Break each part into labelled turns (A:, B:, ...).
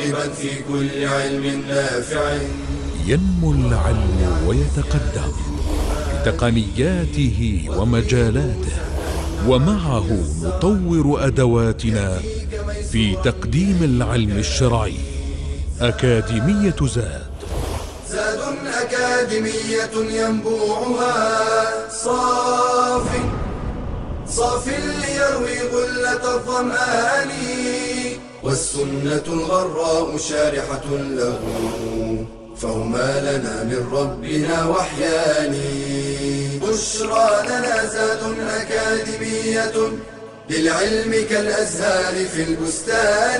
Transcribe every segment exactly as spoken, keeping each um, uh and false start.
A: راغبا في كل علم نافع.
B: ينمو العلم ويتقدم بتقنياته ومجالاته، ومعه نطور أدواتنا في تقديم العلم الشرعي. أكاديمية زاد،
A: زاد أكاديمية ينبوعها صاف صاف ليروي غلة الظمآن، والسنة الغراء شارحة له، فهما لنا من ربنا وحيان. بشرى لنا زاد أكاديمية، للعلم كالأزهار في البستان.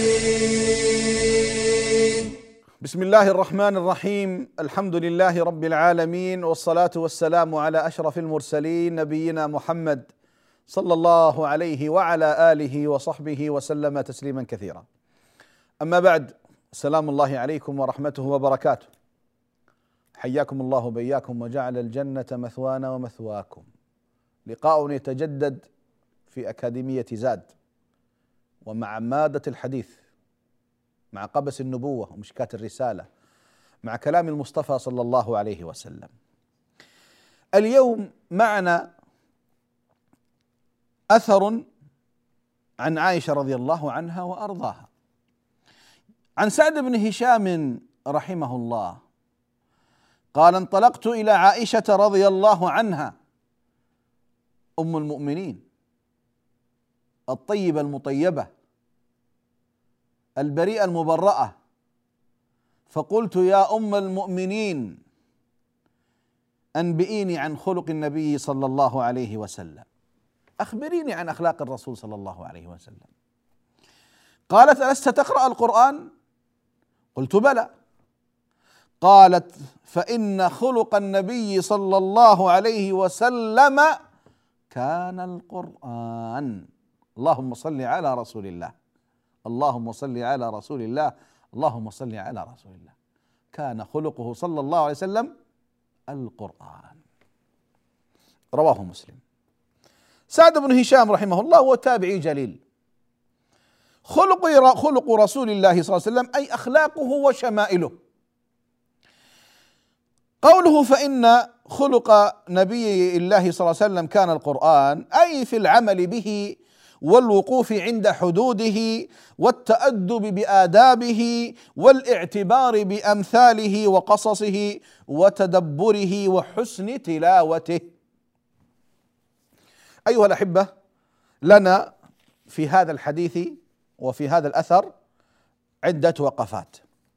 C: بسم الله الرحمن الرحيم، الحمد لله رب العالمين، والصلاة والسلام على أشرف المرسلين نبينا محمد صلى الله عليه وعلى آله وصحبه وسلم تسليما كثيرا. أما بعد، سلام الله عليكم ورحمته وبركاته. حياكم الله بياكم وجعل الجنة مثوانا ومثواكم. لقاء يتجدد في أكاديمية زاد، ومع مادة الحديث، مع قبس النبوة ومشكاة الرسالة، مع كلام المصطفى صلى الله عليه وسلم. اليوم معنا أثر عن عائشة رضي الله عنها وأرضاها، عن سعد بن هشام رحمه الله قال: انطلقت إلى عائشة رضي الله عنها أم المؤمنين الطيبة المطيبة البريئة المبرأة، فقلت: يا أم المؤمنين، أنبئيني عن خلق النبي صلى الله عليه وسلم، أخبريني عن أخلاق الرسول صلى الله عليه وسلم. قالت: ألست تقرأ القرآن؟ قلت: بلى. قالت: فإن خلق النبي صلى الله عليه وسلم كان القرآن. اللهم صل على رسول الله، اللهم صل على رسول الله، اللهم صل على رسول الله. كان خلقه صلى الله عليه وسلم القرآن. رواه مسلم. سعد بن هشام رحمه الله هو تابعي جليل. خلق خلق رسول الله صلى الله عليه وسلم أي أخلاقه وشمائله. قوله فإن خلق نبي الله صلى الله عليه وسلم كان القرآن، أي في العمل به والوقوف عند حدوده والتأدب بآدابه والاعتبار بأمثاله وقصصه وتدبره وحسن تلاوته. أيها الأحبة، لنا في هذا الحديث وفي هذا الأثر عدة وقفات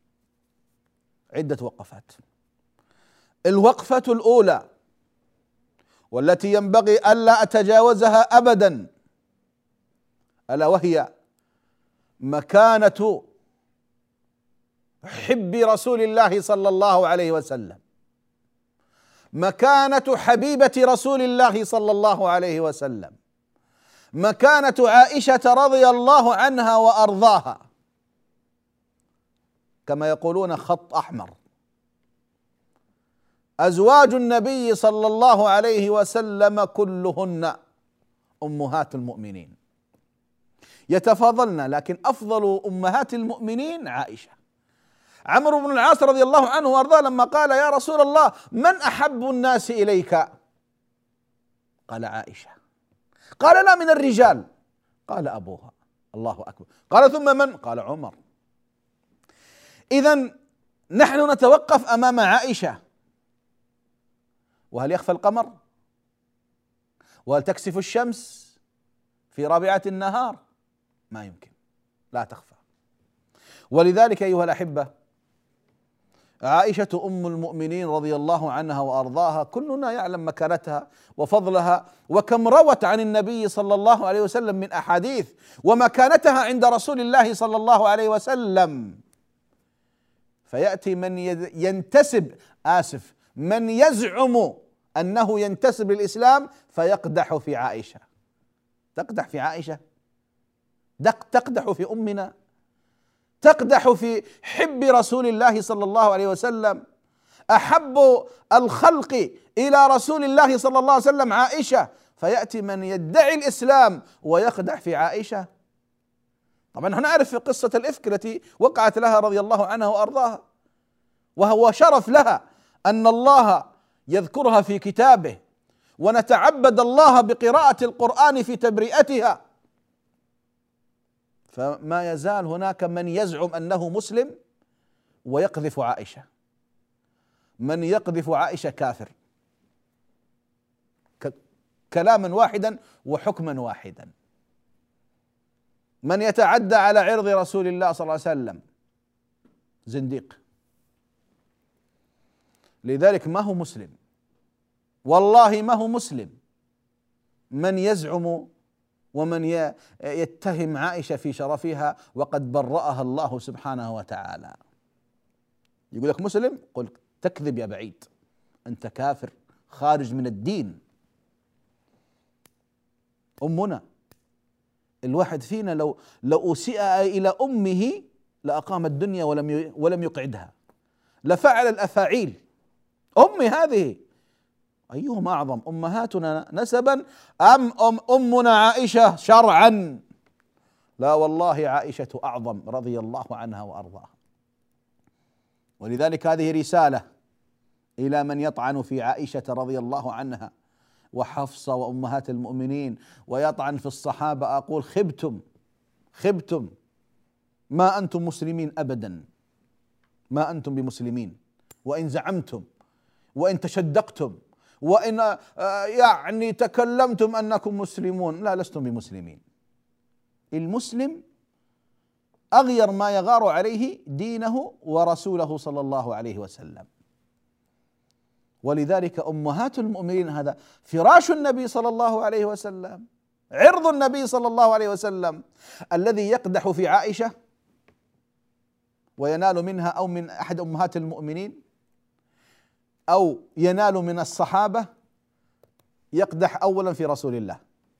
C: عدة وقفات. الوقفة الأولى والتي ينبغي ألا أتجاوزها أبدا، ألا وهي مكانة حب رسول الله صلى الله عليه وسلم، مكانة حبيبة رسول الله صلى الله عليه وسلم، مكانة عائشة رضي الله عنها وأرضاها، كما يقولون خط أحمر. أزواج النبي صلى الله عليه وسلم كلهن أمهات المؤمنين، يتفاضلن، لكن أفضل أمهات المؤمنين عائشة. عمرو بن العاص رضي الله عنه وأرضاه لما قال: يا رسول الله، من أحب الناس إليك؟ قال: عائشة. قال: لا، من الرجال. قال: أبوها. الله أكبر. قال: ثم من؟ قال: عمر. إذن نحن نتوقف أمام عائشة، وهل يخفى القمر؟ وهل تكسف الشمس في رابعة النهار؟ ما يمكن، لا تخفى. ولذلك أيها الأحبة، عائشة أم المؤمنين رضي الله عنها وأرضاها كلنا يعلم مكانتها وفضلها، وكم روت عن النبي صلى الله عليه وسلم من أحاديث، ومكانتها عند رسول الله صلى الله عليه وسلم. فيأتي من ينتسب آسف من يزعم أنه ينتسب للإسلام فيقدح في عائشة. تقدح في عائشة؟ تقدح في أمنا؟ تقدح في حب رسول الله صلى الله عليه وسلم؟ أحب الخلق إلى رسول الله صلى الله عليه وسلم عائشة، فيأتي من يدعي الإسلام ويقدح في عائشة. طبعا نحن نعرف في قصة الإفك التي وقعت لها رضي الله عنها وأرضاها، وهو شرف لها أن الله يذكرها في كتابه، ونتعبد الله بقراءة القرآن في تبرئتها. فما يزال هناك من يزعم أنه مسلم ويقذف عائشة، من يقذف عائشة كافر، كلاما واحدا وحكما واحدا. من يتعدى على عرض رسول الله صلى الله عليه وسلم زنديق. لذلك ما هو مسلم، والله ما هو مسلم من يزعم ومن يتهم عائشة في شرفها وقد برأها الله سبحانه وتعالى. يقول لك مسلم، قل تكذب يا بعيد، أنت كافر خارج من الدين. أمنا، الواحد فينا لو لو أسيء إلى أمه لأقام الدنيا ولم ولم يقعدها، لفعل الأفاعيل. أمي هذه أيهما أعظم، أمهاتنا نسبا أم أم أمنا عائشة شرعا؟ لا والله عائشة أعظم رضي الله عنها وأرضاها. ولذلك هذه رسالة إلى من يطعن في عائشة رضي الله عنها وحفصة وأمهات المؤمنين ويطعن في الصحابة، أقول خبتم خبتم، ما أنتم مسلمين أبدا، ما أنتم بمسلمين، وإن زعمتم وإن تشدقتم وإن يعني تكلمتم أنكم مسلمون، لا، لستم بمسلمين. المسلم أغير ما يغار عليه دينه ورسوله صلى الله عليه وسلم. ولذلك أمهات المؤمنين هذا فراش النبي صلى الله عليه وسلم، عرض النبي صلى الله عليه وسلم، الذي يقدح في عائشة وينال منها أو من أحد أمهات المؤمنين أو ينال من الصحابة، يقدح أولا في رسول الله،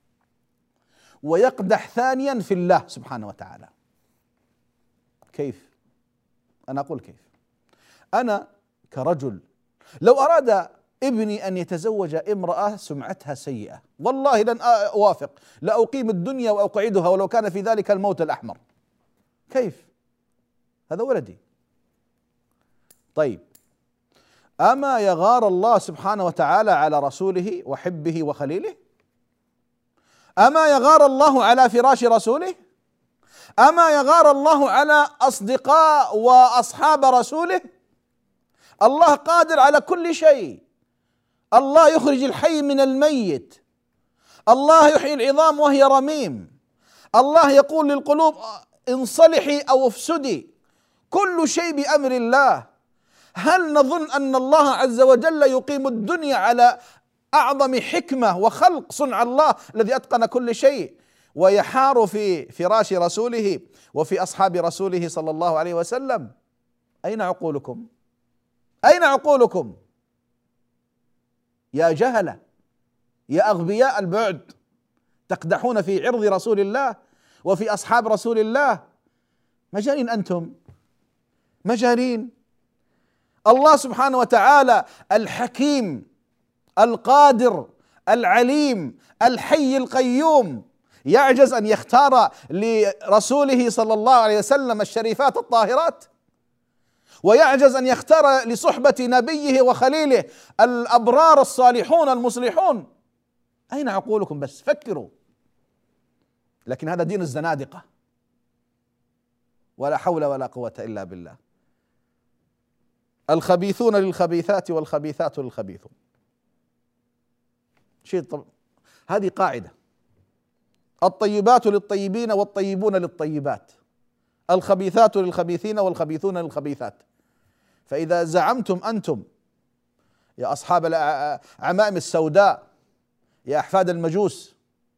C: ويقدح ثانيا في الله سبحانه وتعالى. كيف؟ أنا أقول كيف. أنا كرجل لو أراد ابني أن يتزوج امرأة سمعتها سيئة، والله لن أوافق، لأقيم الدنيا وأقعدها ولو كان في ذلك الموت الأحمر. كيف؟ هذا ولدي. طيب، أما يغار الله سبحانه وتعالى على رسوله وحبه وخليله؟ أما يغار الله على فراش رسوله؟ أما يغار الله على أصدقاء وأصحاب رسوله؟ الله قادر على كل شيء. الله يخرج الحي من الميت، الله يحيي العظام وهي رميم، الله يقول للقلوب انصلحي أو افسدي، كل شيء بأمر الله. هل نظن أن الله عز وجل يقيم الدنيا على أعظم حكمة وخلق صنع الله الذي أتقن كل شيء، ويحار في فراش رسوله وفي أصحاب رسوله صلى الله عليه وسلم؟ أين عقولكم؟ أين عقولكم يا جهلة، يا أغبياء البعد، تقدحون في عرض رسول الله وفي أصحاب رسول الله؟ مجانين أنتم، مجانين. الله سبحانه وتعالى الحكيم القادر العليم الحي القيوم يعجز أن يختار لرسوله صلى الله عليه وسلم الشريفات الطاهرات، ويعجز أن يختار لصحبة نبيه وخليله الأبرار الصالحون المصلحون؟ أين عقولكم؟ بس فكروا. لكن هذا دين الزنادقة، ولا حول ولا قوة إلا بالله. الخبيثون للخبيثات والخبيثات للخبيثون. شيء طب... هذه قاعدة، الطيبات للطيبين والطيبون للطيبات، الخبيثات للخبيثين والخبيثون للخبيثات. فإذا زعمتم أنتم يا أصحاب العمائم السوداء، يا أحفاد المجوس،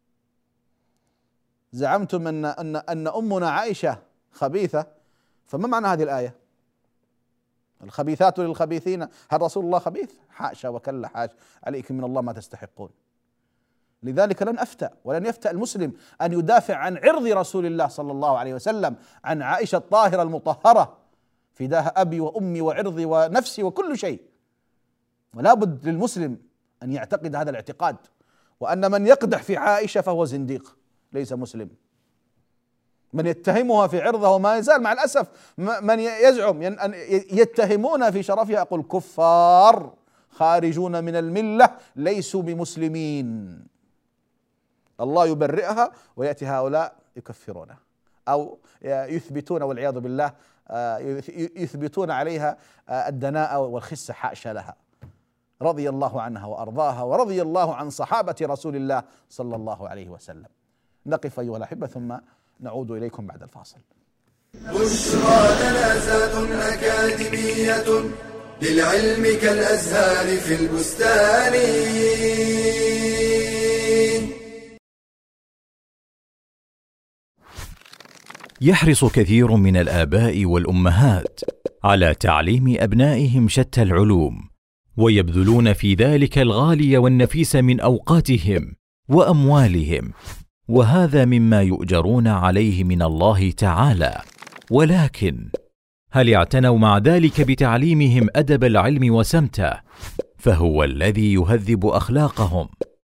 C: زعمتم أن أن أن أمنا عائشة خبيثة، فما معنى هذه الآية؟ الخبيثات للخبيثين، هل رسول الله خبيث؟ حاشا وكلا، حاشا، عليكم من الله ما تستحقون. لذلك لن أفتأ ولن يفتأ المسلم أن يدافع عن عرض رسول الله صلى الله عليه وسلم، عن عائشة الطاهرة المطهرة، فداها أبي وأمي وعرضي ونفسي وكل شيء. ولا بد للمسلم أن يعتقد هذا الاعتقاد، وأن من يقدح في عائشة فهو زنديق ليس مسلم. من يتهمها في عرضها، وما يزال مع الأسف من يزعم أن يتهمون في شرفها، أقول كفار خارجون من الملة ليسوا بمسلمين. الله يبرئها ويأتي هؤلاء يكفرونه أو يثبتون والعياذ بالله يثبتون عليها الدناءة والخسة، حاشا لها. رضي الله عنها وأرضاها، ورضي الله عن صحابة رسول الله صلى الله عليه وسلم. نقف أيها الأحبة ثم نعود إليكم بعد الفاصل.
A: بشرى لنا زاد أكاديمية للعلم كالأزهار في البستان.
D: يحرص كثير من الآباء والأمهات على تعليم أبنائهم شتى العلوم، ويبذلون في ذلك الغالي والنفيس من أوقاتهم وأموالهم، وهذا مما يؤجرون عليه من الله تعالى. ولكن هل اعتنوا مع ذلك بتعليمهم أدب العلم وسمته؟ فهو الذي يهذب أخلاقهم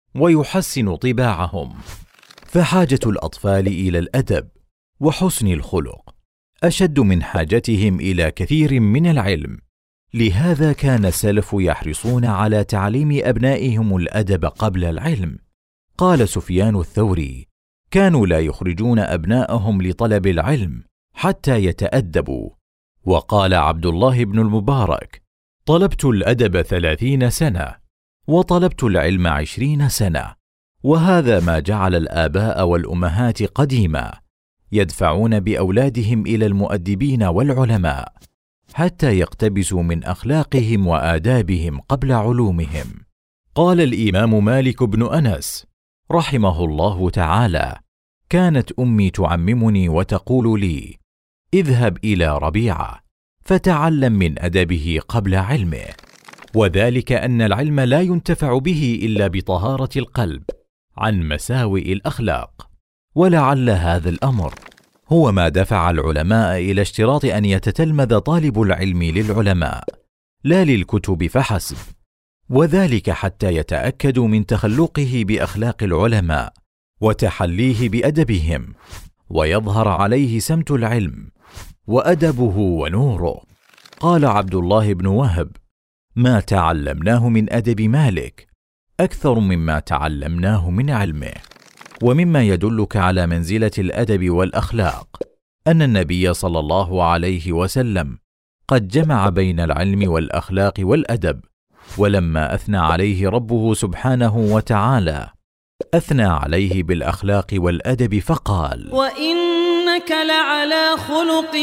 D: ويحسن طباعهم. فحاجة الأطفال إلى الأدب وحسن الخلق أشد من حاجتهم إلى كثير من العلم. لهذا كان السلف يحرصون على تعليم أبنائهم الأدب قبل العلم. قال سفيان الثوري: كانوا لا يخرجون أبناءهم لطلب العلم حتى يتأدبوا. وقال عبد الله بن المبارك: طلبت الأدب ثلاثين سنة وطلبت العلم عشرين سنة. وهذا ما جعل الآباء والأمهات قديما يدفعون بأولادهم إلى المؤدبين والعلماء حتى يقتبسوا من أخلاقهم وآدابهم قبل علومهم. قال الإمام مالك بن أنس رحمه الله تعالى: كانت أمي تعممني وتقول لي: اذهب إلى ربيعة فتعلم من أدبه قبل علمه. وذلك أن العلم لا ينتفع به إلا بطهارة القلب عن مساوئ الأخلاق. ولعل هذا الأمر هو ما دفع العلماء إلى اشتراط أن يتتلمذ طالب العلم للعلماء لا للكتب فحسب، وذلك حتى يتأكدوا من تخلقه بأخلاق العلماء وتحليه بأدبهم، ويظهر عليه سمت العلم وأدبه ونوره. قال عبد الله بن وهب: ما تعلمناه من أدب مالك أكثر مما تعلمناه من علمه. ومما يدلك على منزلة الأدب والأخلاق أن النبي صلى الله عليه وسلم قد جمع بين العلم والأخلاق والأدب. ولما أثنى عليه ربه سبحانه وتعالى أثنى عليه بالأخلاق والأدب فقال:
E: وإنك لعلى خلق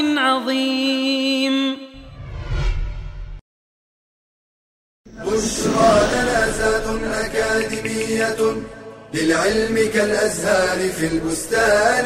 E: عظيم.
A: بشرى لنا زاد أكاديمية للعلم كالأزهار في البستان.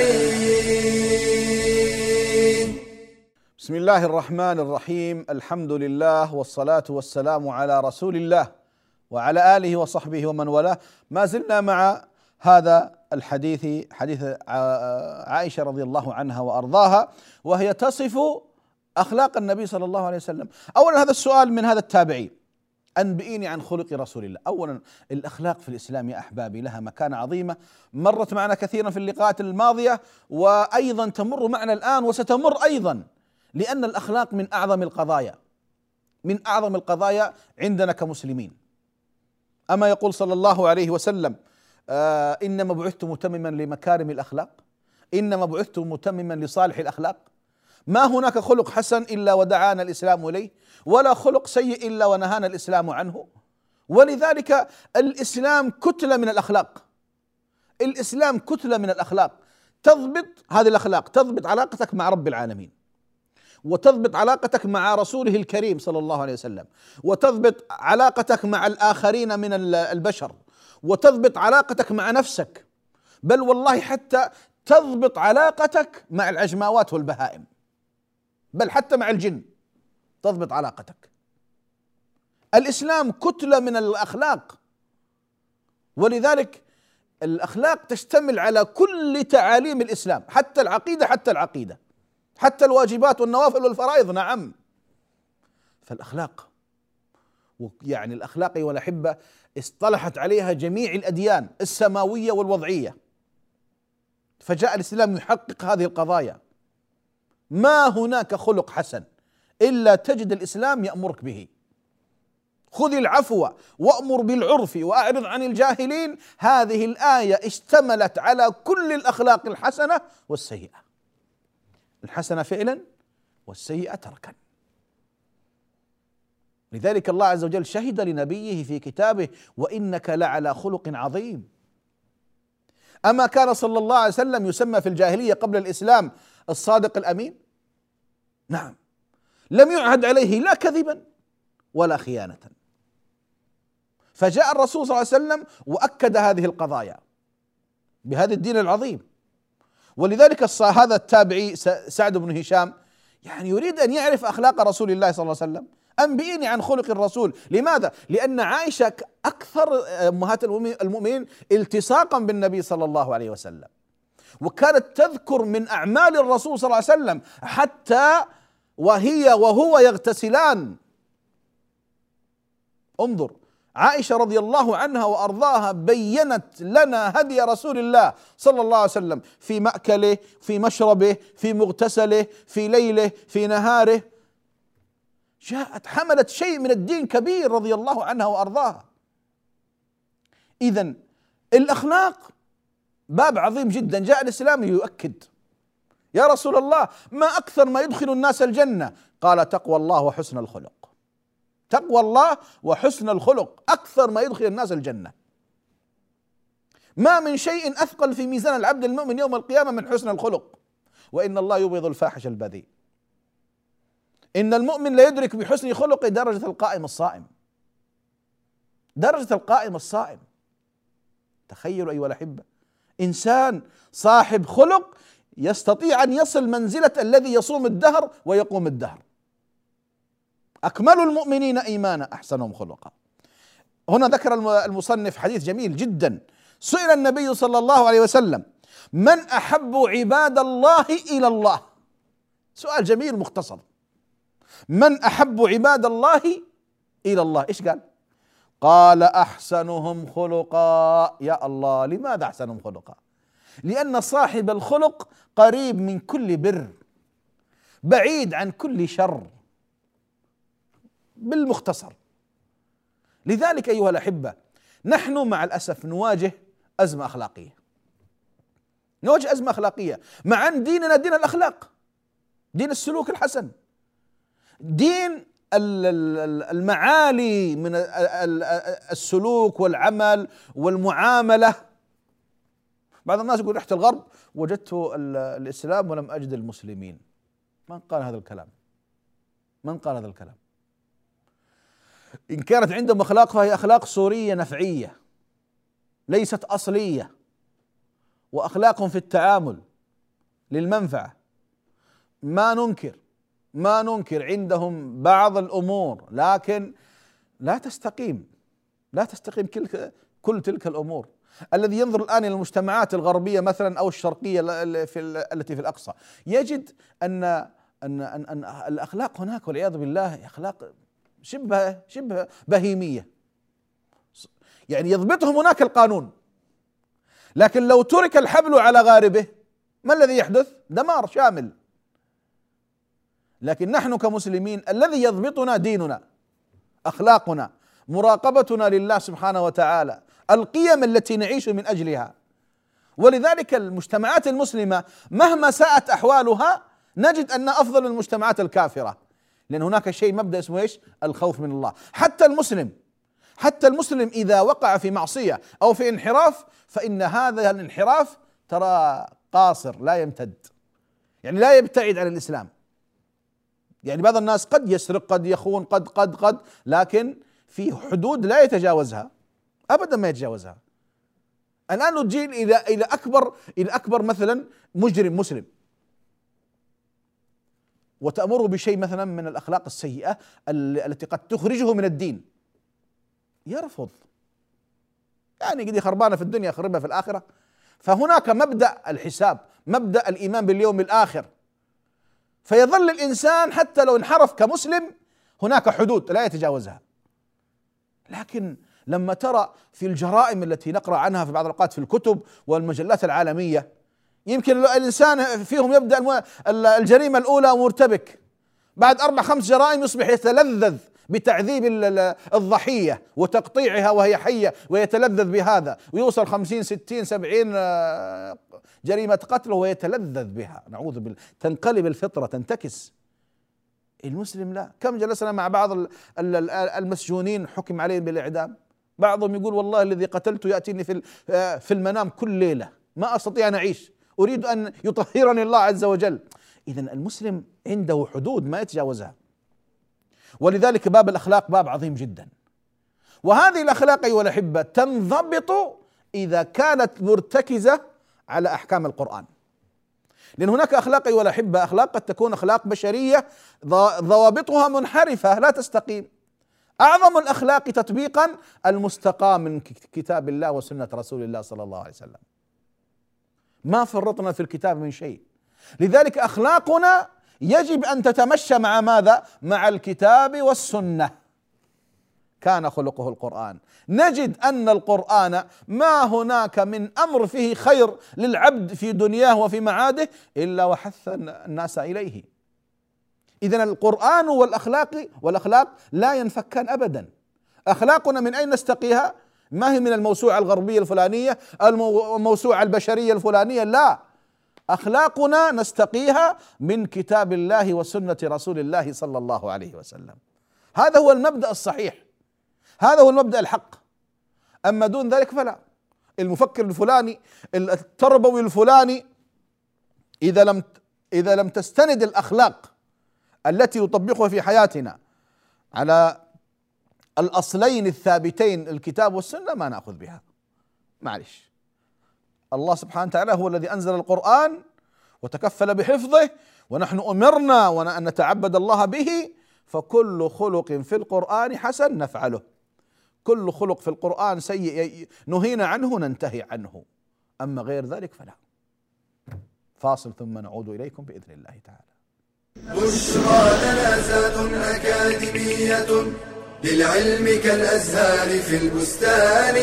C: بسم الله الرحمن الرحيم. الحمد لله والصلاة والسلام على رسول الله وعلى آله وصحبه ومن والاه. ما زلنا مع هذا الحديث، حديث عائشة رضي الله عنها وأرضاها، وهي تصف أخلاق النبي صلى الله عليه وسلم. أولا هذا السؤال من هذا التابعي: أنبئيني عن خلق رسول الله. أولا الأخلاق في الإسلام يا أحبابي لها مكانة عظيمة، مرت معنا كثيرا في اللقاءات الماضية وأيضا تمر معنا الآن وستمر أيضا، لأن الأخلاق من أعظم القضايا، من أعظم القضايا عندنا كمسلمين. أما يقول صلى الله عليه وسلم: آه إنما بعثت متمما لمكارم الأخلاق، إنما بعثت متمما لصالح الأخلاق. ما هناك خلق حسن إلا ودعانا الإسلام إليه، ولا خلق سيء إلا ونهانا الإسلام عنه. ولذلك الإسلام كتلة من الأخلاق، الإسلام كتلة من الأخلاق تضبط هذه الأخلاق، تضبط علاقتك مع رب العالمين، وتضبط علاقتك مع رسوله الكريم صلى الله عليه وسلم، وتضبط علاقتك مع الآخرين من البشر، وتضبط علاقتك مع نفسك، بل والله حتى تضبط علاقتك مع العجماوات والبهائم، بل حتى مع الجن تضبط علاقتك. الإسلام كتلة من الأخلاق، ولذلك الأخلاق تشتمل على كل تعاليم الإسلام، حتى العقيدة، حتى العقيدة حتى الواجبات والنوافل والفرائض. نعم، فالأخلاق يعني الأخلاق أيها الأحبة اصطلحت عليها جميع الأديان السماوية والوضعية. فجاء الإسلام يحقق هذه القضايا. ما هناك خلق حسن إلا تجد الإسلام يأمرك به. خذ العفو وأمر بالعرف وأعرض عن الجاهلين، هذه الآية اشتملت على كل الأخلاق الحسنة والسيئة، الحسنة فعلا والسيئة تركا. لذلك الله عز وجل شهد لنبيه في كتابه: وإنك لعلى خلق عظيم. أما كان صلى الله عليه وسلم يسمى في الجاهلية قبل الإسلام الصادق الأمين؟ نعم، لم يعهد عليه لا كذبا ولا خيانة. فجاء الرسول صلى الله عليه وسلم وأكد هذه القضايا بهذا الدين العظيم. ولذلك هذا التابعي سعد بن هشام يعني يريد أن يعرف أخلاق رسول الله صلى الله عليه وسلم. أنبئني عن خلق الرسول. لماذا؟ لأن عائشة أكثر أمهات المؤمنين التصاقا بالنبي صلى الله عليه وسلم، وكانت تذكر من أعمال الرسول صلى الله عليه وسلم حتى وهي وهو يغتسلان. انظر، عائشة رضي الله عنها وأرضاها بينت لنا هدي رسول الله صلى الله عليه وسلم في مأكله، في مشربه، في مغتسله، في ليله، في نهاره. جاءت حملت شيء من الدين كبير رضي الله عنها وأرضاها. إذن الأخلاق باب عظيم جدا، جاء الإسلام يؤكد. يا رسول الله، ما أكثر ما يدخل الناس الجنة؟ قال: تقوى الله وحسن الخلق. تقوى الله وحسن الخلق أكثر ما يدخل الناس الجنة. ما من شيء أثقل في ميزان العبد المؤمن يوم القيامة من حسن الخلق. وإن الله يبغض الفاحش البذيء. إن المؤمن لا يدرك بحسن خلقه درجة القائم الصائم، درجة القائم الصائم. تخيلوا أيها الأحبة، إنسان صاحب خلق يستطيع أن يصل منزلة الذي يصوم الدهر ويقوم الدهر. أكمل المؤمنين إيمانا أحسنهم خلقا. هنا ذكر المصنف حديث جميل جدا. سئل النبي صلى الله عليه وسلم: من أحب عباد الله إلى الله؟ سؤال جميل مختصر. من أحب عباد الله إلى الله؟ إيش قال؟ قال: أحسنهم خلقا. يا الله، لماذا أحسنهم خلقا؟ لأن صاحب الخلق قريب من كل بر، بعيد عن كل شر، بالمختصر. لذلك أيها الأحبة، نحن مع الأسف نواجه أزمة أخلاقية، نواجه أزمة أخلاقية مع أن ديننا دين الأخلاق، دين السلوك الحسن، دين المعالي من السلوك والعمل والمعاملة. بعض الناس يقول: رحت الغرب وجدت الإسلام ولم أجد المسلمين. من قال هذا الكلام؟ من قال هذا الكلام؟ إن كانت عندهم أخلاق فهي أخلاق صورية نفعية ليست أصلية، وأخلاقهم في التعامل للمنفعة. ما ننكر ما ننكر عندهم بعض الأمور، لكن لا تستقيم لا تستقيم كل كل تلك الأمور. الذي ينظر الآن إلى المجتمعات الغربية مثلا أو الشرقية في التي في الأقصى يجد أن أن أن, أن الأخلاق هناك والعياذ بالله أخلاق شبه شبه بهيمية. يعني يضبطهم هناك القانون، لكن لو ترك الحبل على غاربه ما الذي يحدث؟ دمار شامل. لكن نحن كمسلمين الذي يضبطنا ديننا، أخلاقنا، مراقبتنا لله سبحانه وتعالى، القيم التي نعيش من أجلها. ولذلك المجتمعات المسلمة مهما ساءت أحوالها نجد أن أفضل المجتمعات الكافرة، لأن هناك شيء مبدأ اسمه إيش؟ الخوف من الله. حتى المسلم حتى المسلم إذا وقع في معصية أو في انحراف فإن هذا الانحراف ترى قاصر لا يمتد، يعني لا يبتعد عن الإسلام. يعني بعض الناس قد يسرق، قد يخون، قد قد قد لكن في حدود لا يتجاوزها أبدا، ما يتجاوزها. الآن نجي إلى إلى أكبر إلى أكبر مثلا مجرم مسلم وتأمره بشيء مثلا من الأخلاق السيئة التي قد تخرجه من الدين، يرفض. يعني قد خربانة في الدنيا خربها في الآخرة. فهناك مبدأ الحساب، مبدأ الإيمان باليوم الآخر، فيظل الإنسان حتى لو انحرف كمسلم هناك حدود لا يتجاوزها. لكن لما ترى في الجرائم التي نقرأ عنها في بعض الأوقات في الكتب والمجلات العالمية، يمكن الإنسان فيهم يبدأ الجريمة الأولى مرتبك، بعد أربع خمس جرائم يصبح يتلذذ بتعذيب الضحية وتقطيعها وهي حية، ويتلذذ بهذا، ويوصل خمسين ستين سبعين جريمة قتل ويتلذذ بها، نعوذ بالله، تنقلب الفطرة، تنتكس. المسلم لا. كم جلسنا مع بعض المسجونين حكم عليهم بالإعدام، بعضهم يقول والله الذي قتلته يأتيني في في المنام كل ليلة، ما أستطيع أن أعيش، أريد أن يطهرني الله عز وجل. إذن المسلم عنده حدود ما يتجاوزها، ولذلك باب الأخلاق باب عظيم جدا. وهذه الأخلاق أيها الأحبة تنضبط إذا كانت مرتكزة على أحكام القرآن، لأن هناك أخلاق أيها الأحبة، أخلاق قد تكون أخلاق بشرية ضوابطها منحرفة لا تستقيم. أعظم الأخلاق تطبيقا المستقام من كتاب الله وسنة رسول الله صلى الله عليه وسلم، ما فرطنا في الكتاب من شيء. لذلك أخلاقنا يجب أن تتمشى مع ماذا؟ مع الكتاب والسنة. كان خلقه القرآن. نجد أن القرآن ما هناك من أمر فيه خير للعبد في دنياه وفي معاده إلا وحث الناس إليه. إذن القرآن والأخلاق والأخلاق لا ينفكان أبدا. أخلاقنا من أين نستقيها؟ ما هي من الموسوعة الغربية الفلانية، الموسوعة البشرية الفلانية، لا، أخلاقنا نستقيها من كتاب الله وسنة رسول الله صلى الله عليه وسلم. هذا هو المبدأ الصحيح، هذا هو المبدأ الحق. أما دون ذلك فلا. المفكر الفلاني، التربوي الفلاني، إذا لم إذا لم تستند الأخلاق التي يطبقها في حياتنا على الأصلين الثابتين الكتاب والسنة ما نأخذ بها، معلش. الله سبحانه وتعالى هو الذي أنزل القرآن وتكفل بحفظه، ونحن أمرنا أن نتعبد الله به، فكل خلق في القرآن حسن نفعله، كل خلق في القرآن سيء نهينا عنه ننتهي عنه، أما غير ذلك فلا. فاصل ثم نعود إليكم بإذن الله تعالى.
A: بشرى لنا زاد أكاديمية للعلم كالأزهار في البستان.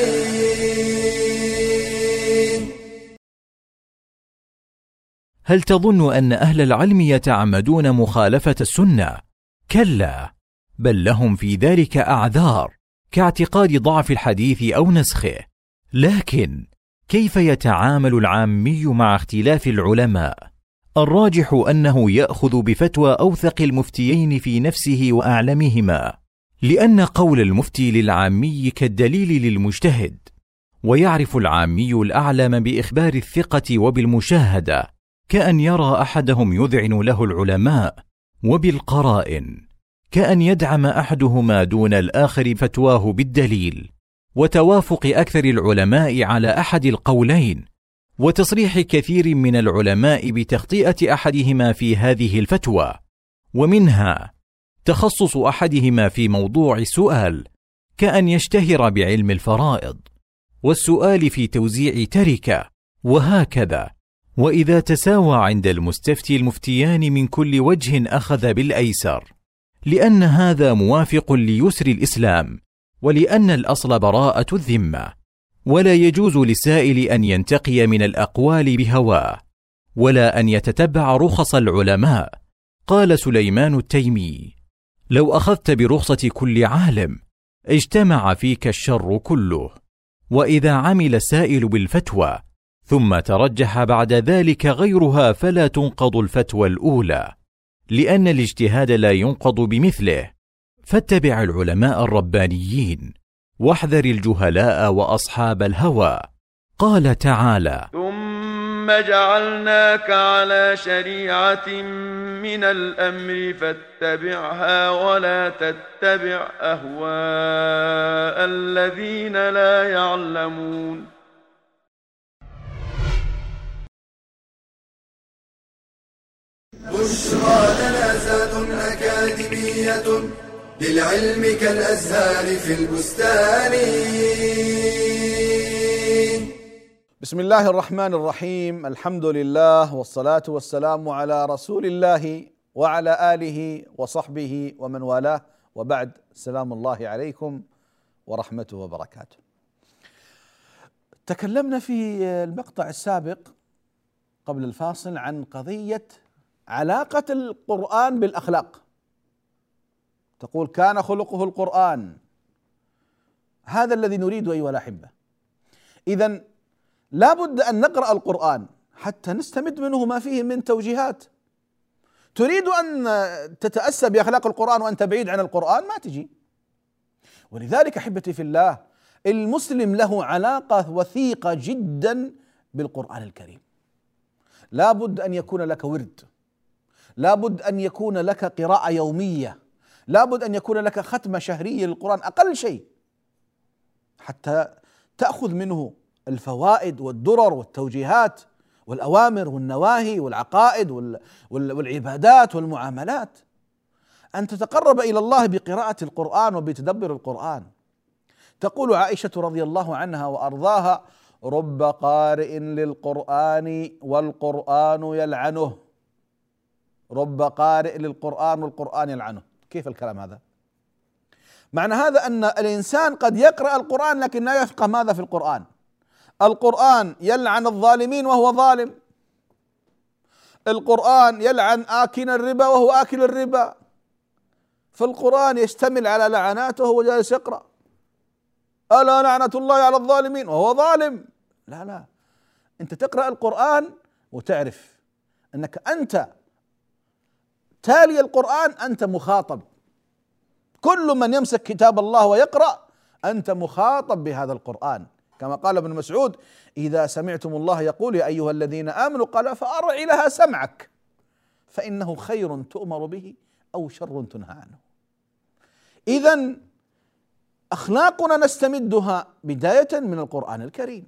D: هل تظن أن أهل العلم يتعمدون مخالفة السنة؟ كلا، بل لهم في ذلك أعذار كاعتقاد ضعف الحديث أو نسخه. لكن كيف يتعامل العامي مع اختلاف العلماء؟ الراجح أنه يأخذ بفتوى أوثق المفتيين في نفسه وأعلمهما، لأن قول المفتي للعامي كالدليل للمجتهد، ويعرف العامي الأعلم بإخبار الثقة وبالمشاهدة، كأن يرى أحدهم يذعن له العلماء، وبالقرائن كأن يدعم أحدهما دون الآخر فتواه بالدليل، وتوافق أكثر العلماء على أحد القولين، وتصريح كثير من العلماء بتخطئة أحدهما في هذه الفتوى، ومنها تخصص أحدهما في موضوع السؤال، كأن يشتهر بعلم الفرائض والسؤال في توزيع تركة، وهكذا. وإذا تساوى عند المستفتي المفتيان من كل وجه أخذ بالأيسر، لأن هذا موافق ليسر الإسلام، ولأن الأصل براءة الذمة، ولا يجوز للسائل أن ينتقي من الأقوال بهواه، ولا أن يتتبع رخص العلماء. قال سليمان التيمي: لو أخذت برخصة كل عالم اجتمع فيك الشر كله. وإذا عمل السائل بالفتوى ثم ترجح بعد ذلك غيرها فلا تنقض الفتوى الأولى، لأن الاجتهاد لا ينقض بمثله. فاتبع العلماء الربانيين، واحذر الجهلاء وأصحاب الهوى. قال تعالى:
F: ثم جعلناك على شريعة من الأمر فاتبعها ولا تتبع أهواء الذين لا يعلمون.
A: بشرى لنا زاد أكاديمية للعلم كالأزهار في البستان.
C: بسم الله الرحمن الرحيم، الحمد لله والصلاة والسلام على رسول الله وعلى آله وصحبه ومن والاه، وبعد، سلام الله عليكم ورحمته وبركاته. تكلمنا في المقطع السابق قبل الفاصل عن قضية علاقة القرآن بالأخلاق. تقول كان خلقه القرآن، هذا الذي نريد أيها الأحبة. إذن لا بد أن نقرأ القرآن حتى نستمد منه ما فيه من توجيهات. تريد أن تتأسى بأخلاق القرآن وأنت بعيد عن القرآن، ما تجي. ولذلك أحبتي في الله، المسلم له علاقة وثيقة جدا بالقرآن الكريم. لا بد أن يكون لك ورد، لا بد أن يكون لك قراءة يومية، لا بد أن يكون لك ختمة شهرية للقرآن أقل شيء، حتى تأخذ منه الفوائد والدرر والتوجيهات والأوامر والنواهي والعقائد والعبادات والمعاملات. أن تتقرب إلى الله بقراءة القرآن وبتدبر القرآن. تقول عائشة رضي الله عنها وأرضاها: رب قارئ للقرآن والقرآن يلعنه. رب قارئ للقرآن والقرآن يلعنه. كيف الكلام هذا؟ معنى هذا أن الإنسان قد يقرأ القرآن لكن لا يفقه ماذا في القرآن. القرآن يلعن الظالمين وهو ظالم، القرآن يلعن آكل الربا وهو آكل الربا، فالقرآن يشتمل على لعناته وهو جالس يقرأ. ألا لعنة الله على الظالمين وهو ظالم. لا لا، أنت تقرأ القرآن وتعرف أنك أنت تالي القرآن، أنت مخاطب. كل من يمسك كتاب الله ويقرأ أنت مخاطب بهذا القرآن، كما قال ابن مسعود: إذا سمعتم الله يقول يا أيها الذين آمنوا قال فأرع لها سمعك فإنه خير تؤمر به أو شر تنهى عنه. إذن أخلاقنا نستمدها بداية من القرآن الكريم،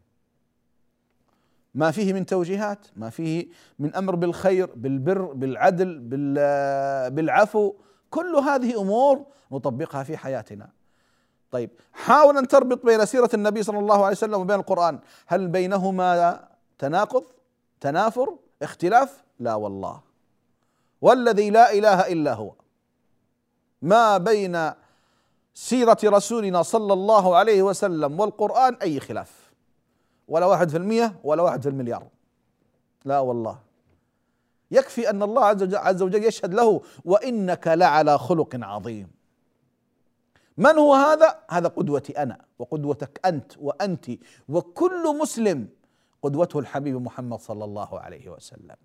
C: ما فيه من توجيهات، ما فيه من أمر بالخير بالبر بالعدل بالعفو، كل هذه أمور نطبقها في حياتنا. طيب، حاول أن تربط بين سيرة النبي صلى الله عليه وسلم وبين القرآن، هل بينهما تناقض، تنافر، اختلاف؟ لا والله، والذي لا إله إلا هو ما بين سيرة رسولنا صلى الله عليه وسلم والقرآن أي خلاف، ولا واحد في المية ولا واحد في المليار. لا والله، يكفي أن الله عز وجل يشهد له: وإنك لعلى خلق عظيم. من هو هذا؟ هذا قدوتي أنا وقدوتك أنت وأنت وكل مسلم، قدوته الحبيب محمد صلى الله عليه وسلم.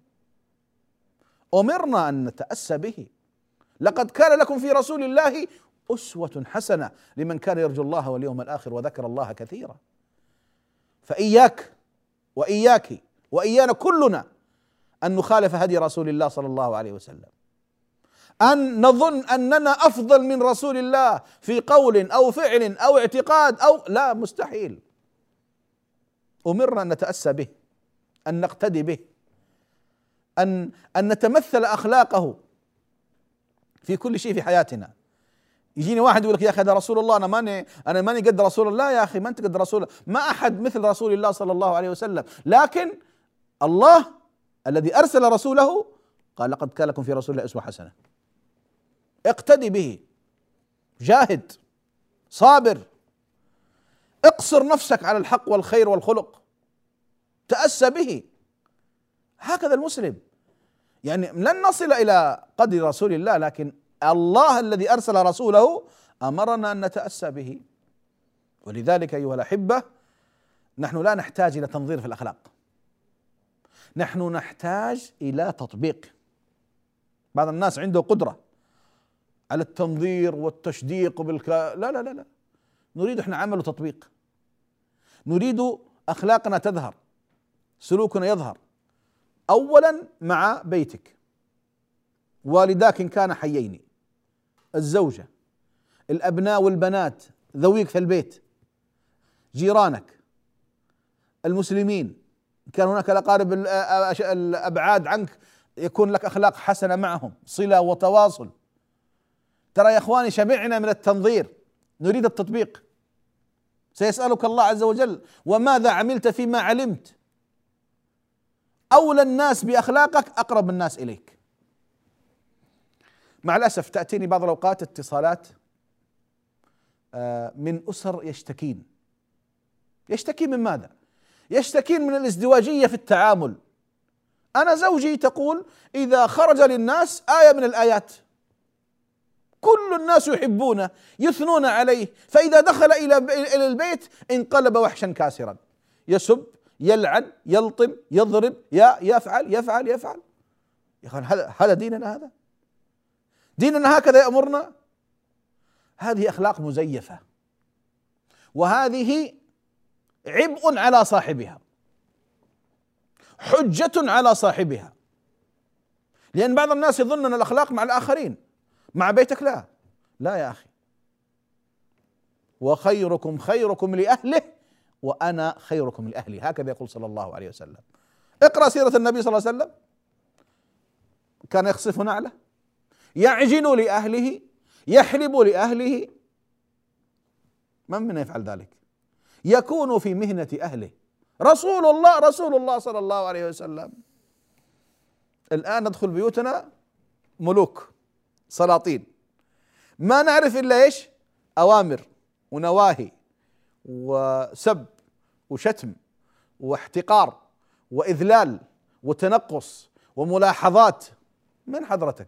C: أمرنا أن نتأسى به. لقد كان لكم في رسول الله أسوة حسنة لمن كان يرجو الله واليوم الآخر وذكر الله كثيرا. فإياك وإياك وإيانا كلنا أن نخالف هدي رسول الله صلى الله عليه وسلم، أن نظن أننا أفضل من رسول الله في قول أو فعل أو اعتقاد أو لا، مستحيل. أمرنا أن نتأسى به، أن نقتدي به، أن أن نتمثل أخلاقه في كل شيء في حياتنا. يجيني واحد يقول لك: يا أخي هذا رسول الله، أنا ماني أنا ماني قد رسول الله. يا أخي ما أنت قد رسول الله، ما أحد مثل رسول الله صلى الله عليه وسلم، لكن الله الذي أرسل رسوله قال: لقد كان لكم في رسول الله أسوة حسنة. اقتدي به، جاهد، صابر، اقصر نفسك على الحق والخير والخلق، تأسى به. هكذا المسلم، يعني لن نصل إلى قدر رسول الله، لكن الله الذي أرسل رسوله أمرنا أن نتأسى به. ولذلك أيها الأحبة، نحن لا نحتاج إلى تنظير في الأخلاق، نحن نحتاج إلى تطبيق. بعض الناس عنده قدرة على التنظير والتشديق بالك... لا لا لا لا، نريد احنا عمل وتطبيق. نريد أخلاقنا تظهر، سلوكنا يظهر، أولا مع بيتك، والداك إن كان حيين، الزوجة، الأبناء والبنات ذويك في البيت، جيرانك، المسلمين، كان هناك الأقارب الأبعاد عنك يكون لك أخلاق حسنة معهم، صلة وتواصل. ترى يا إخواني شبعنا من التنظير، نريد التطبيق. سيسألك الله عز وجل: وماذا عملت فيما علمت؟ أولى الناس بأخلاقك أقرب الناس إليك. مع الأسف تأتيني بعض الأوقات اتصالات من أسر يشتكين. يشتكين من ماذا؟ يشتكين من الازدواجية في التعامل، أنا زوجي تقول إذا خرج للناس آية من الآيات كل الناس يحبونه يثنون عليه، فإذا دخل إلى إلى البيت انقلب وحشا كاسرا، يسب يلعن يلطم يضرب يفعل يفعل يفعل. يا أخوان هذا هذا ديننا؟ هذا ديننا هكذا يأمرنا؟ هذه أخلاق مزيفة، وهذه عبء على صاحبها، حجة على صاحبها. لأن بعض الناس يظن أن الأخلاق مع الآخرين، مع بيتك لا لا يا أخي. وخيركم خيركم لأهله وأنا خيركم لأهلي، هكذا يقول صلى الله عليه وسلم. اقرأ سيرة النبي صلى الله عليه وسلم، كان يخصف نعله، يعجن لأهله، يحلب لأهله. من منا يفعل ذلك؟ يكون في مهنة أهله. رسول الله رسول الله صلى الله عليه وسلم. الآن ندخل بيوتنا ملوك سلاطين، ما نعرف إلا إيش؟ أوامر ونواهي وسب وشتم واحتقار وإذلال وتنقص وملاحظات. من حضرتك؟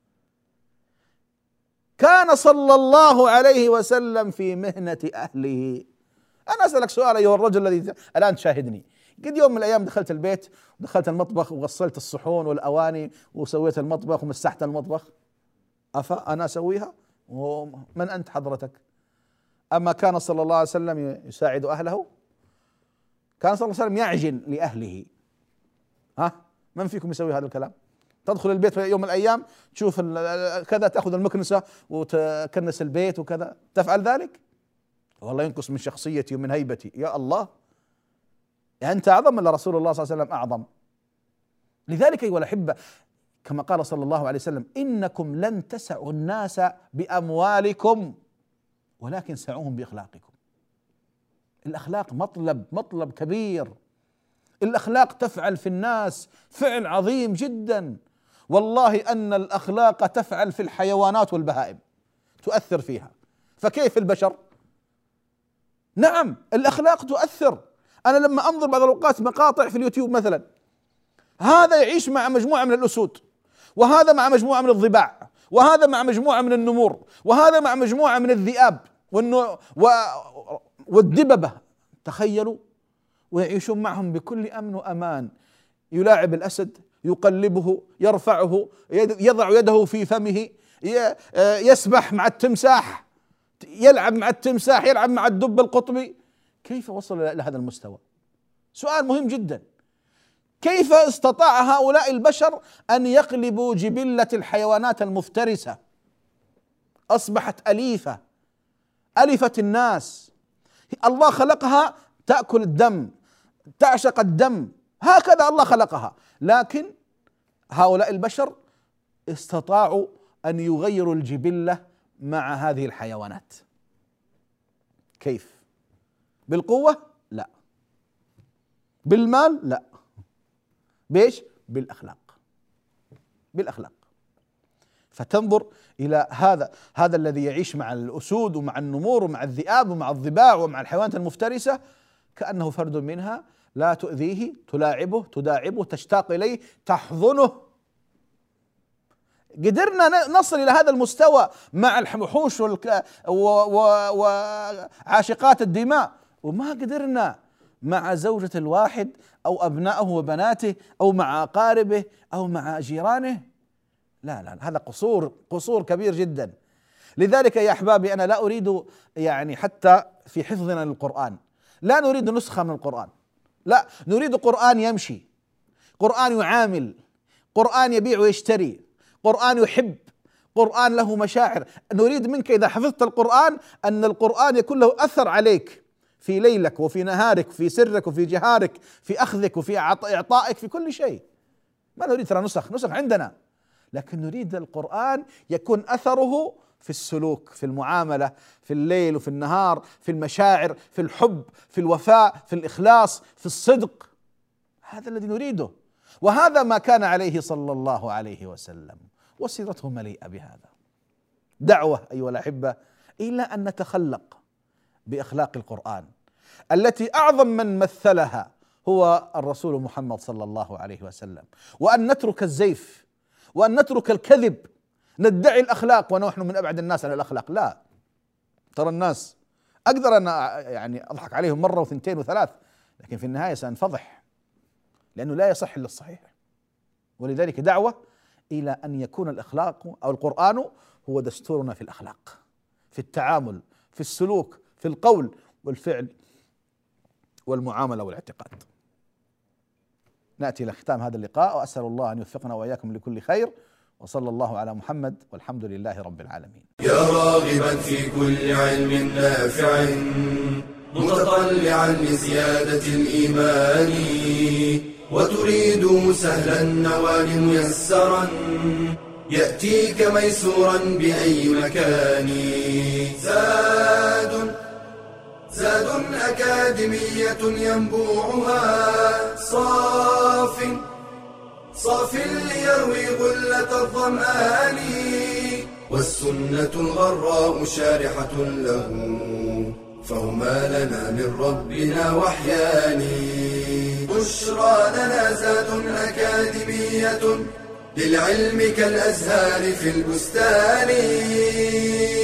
C: كان صلى الله عليه وسلم في مهنة أهله. أنا أسألك سؤال أيها الرجل الذي الآن تشاهدني، قد يوم من الأيام دخلت البيت ودخلت المطبخ وغسلت الصحون والأواني وسويت المطبخ ومسحت المطبخ؟ أفا أنا أسويها؟ من أنت حضرتك؟ أما كان صلى الله عليه وسلم يساعد أهله، كان صلى الله عليه وسلم يعجن لأهله. ها من فيكم يسوي هذا الكلام؟ تدخل البيت في يوم من الأيام تشوف كذا، تأخذ المكنسة وتكنس البيت وكذا، تفعل ذلك؟ والله ينقص من شخصيتي ومن هيبتي. يا الله، يعني أنت أعظم ولا رسول الله صلى الله عليه وسلم أعظم؟ لذلك أيها الأحبة كما قال صلى الله عليه وسلم: إنكم لن تسعوا الناس بأموالكم ولكن سعوهم بأخلاقكم. الأخلاق مطلب مطلب كبير، الأخلاق تفعل في الناس فعل عظيم جدا. والله أن الأخلاق تفعل في الحيوانات والبهائم، تؤثر فيها، فكيف البشر؟ نعم الأخلاق تؤثر. أنا لما أنظر بعض الأوقات مقاطع في اليوتيوب مثلا، هذا يعيش مع مجموعة من الأسود، وهذا مع مجموعة من الضباع، وهذا مع مجموعة من النمور، وهذا مع مجموعة من الذئاب والدببة، تخيلوا، ويعيشون معهم بكل أمن وأمان. يلاعب الأسد، يقلبه، يرفعه، يضع يده في فمه، يسبح مع التمساح، يلعب مع التمساح، يلعب مع الدب القطبي. كيف وصل إلى هذا المستوى؟ سؤال مهم جدا. كيف استطاع هؤلاء البشر أن يقلبوا جبلة الحيوانات المفترسة؟ أصبحت أليفة، ألفت الناس. الله خلقها تأكل الدم، تعشق الدم، هكذا الله خلقها. لكن هؤلاء البشر استطاعوا أن يغيروا الجبلة مع هذه الحيوانات. كيف؟ بالقوة؟ لا. بالمال؟ لا. بإيش؟ بالأخلاق. بالأخلاق. فتنظر إلى هذا هذا الذي يعيش مع الأسود ومع النمور ومع الذئاب ومع الضباع ومع الحيوانات المفترسة كأنه فرد منها، لا تؤذيه، تلاعبه، تداعبه، تشتاق إليه، تحضنه. قدرنا نصل إلى هذا المستوى مع الوحوش وعاشقات الدماء، وما قدرنا مع زوجة الواحد أو أبنائه وبناته أو مع أقاربه أو مع جيرانه. لا لا، هذا قصور قصور كبير جدا. لذلك يا أحبابي أنا لا أريد يعني حتى في حفظنا للقرآن لا نريد نسخة من القرآن، لا نريد قرآن يمشي، قرآن يعامل، قرآن يبيع ويشتري، قرآن يحب، قرآن له مشاعر. نريد منك إذا حفظت القرآن أن القرآن يكون له أثر عليك في ليلك وفي نهارك، في سرك وفي جهارك، في أخذك وفي إعطائك، في كل شيء. ما نريد ترى نسخ نسخ عندنا، لكن نريد القرآن يكون أثره في السلوك، في المعاملة، في الليل وفي النهار، في المشاعر، في الحب، في الوفاء، في الإخلاص، في الصدق. هذا الذي نريده، وهذا ما كان عليه صلى الله عليه وسلم، وسيرته مليئة بهذا. دعوة أيها الأحبة إلى أن نتخلق بأخلاق القرآن التي أعظم من مثلها هو الرسول محمد صلى الله عليه وسلم، وأن نترك الزيف وأن نترك الكذب. ندعي الأخلاق ونحن من أبعد الناس عن الأخلاق. لا، ترى الناس أقدر أن يعني أضحك عليهم مرة وثنتين وثلاث، لكن في النهاية سأنفضح، لأنه لا يصح إلا الصحيح. ولذلك دعوة إلى أن يكون الأخلاق أو القرآن هو دستورنا في الأخلاق، في التعامل، في السلوك، في القول والفعل والمعاملة والاعتقاد. نأتي إلى ختام هذا اللقاء، وأسأل الله أن يوفقنا وإياكم لكل خير، وصلى الله على محمد والحمد لله رب العالمين.
A: يا راغبا في كل علم نافع متطلعا لزيادة الإيمان، وتريد سهلا النوال ميسرا يأتيك ميسورا بأي مكان. زاد زاد أكاديمية ينبوعها صاف صاف ليروي غلة الظمآن، والسنة الغراء شارحة له، فهما لنا من ربنا وحيان. بشرى لنا زاد أكاديمية للعلم كالأزهار في البستان.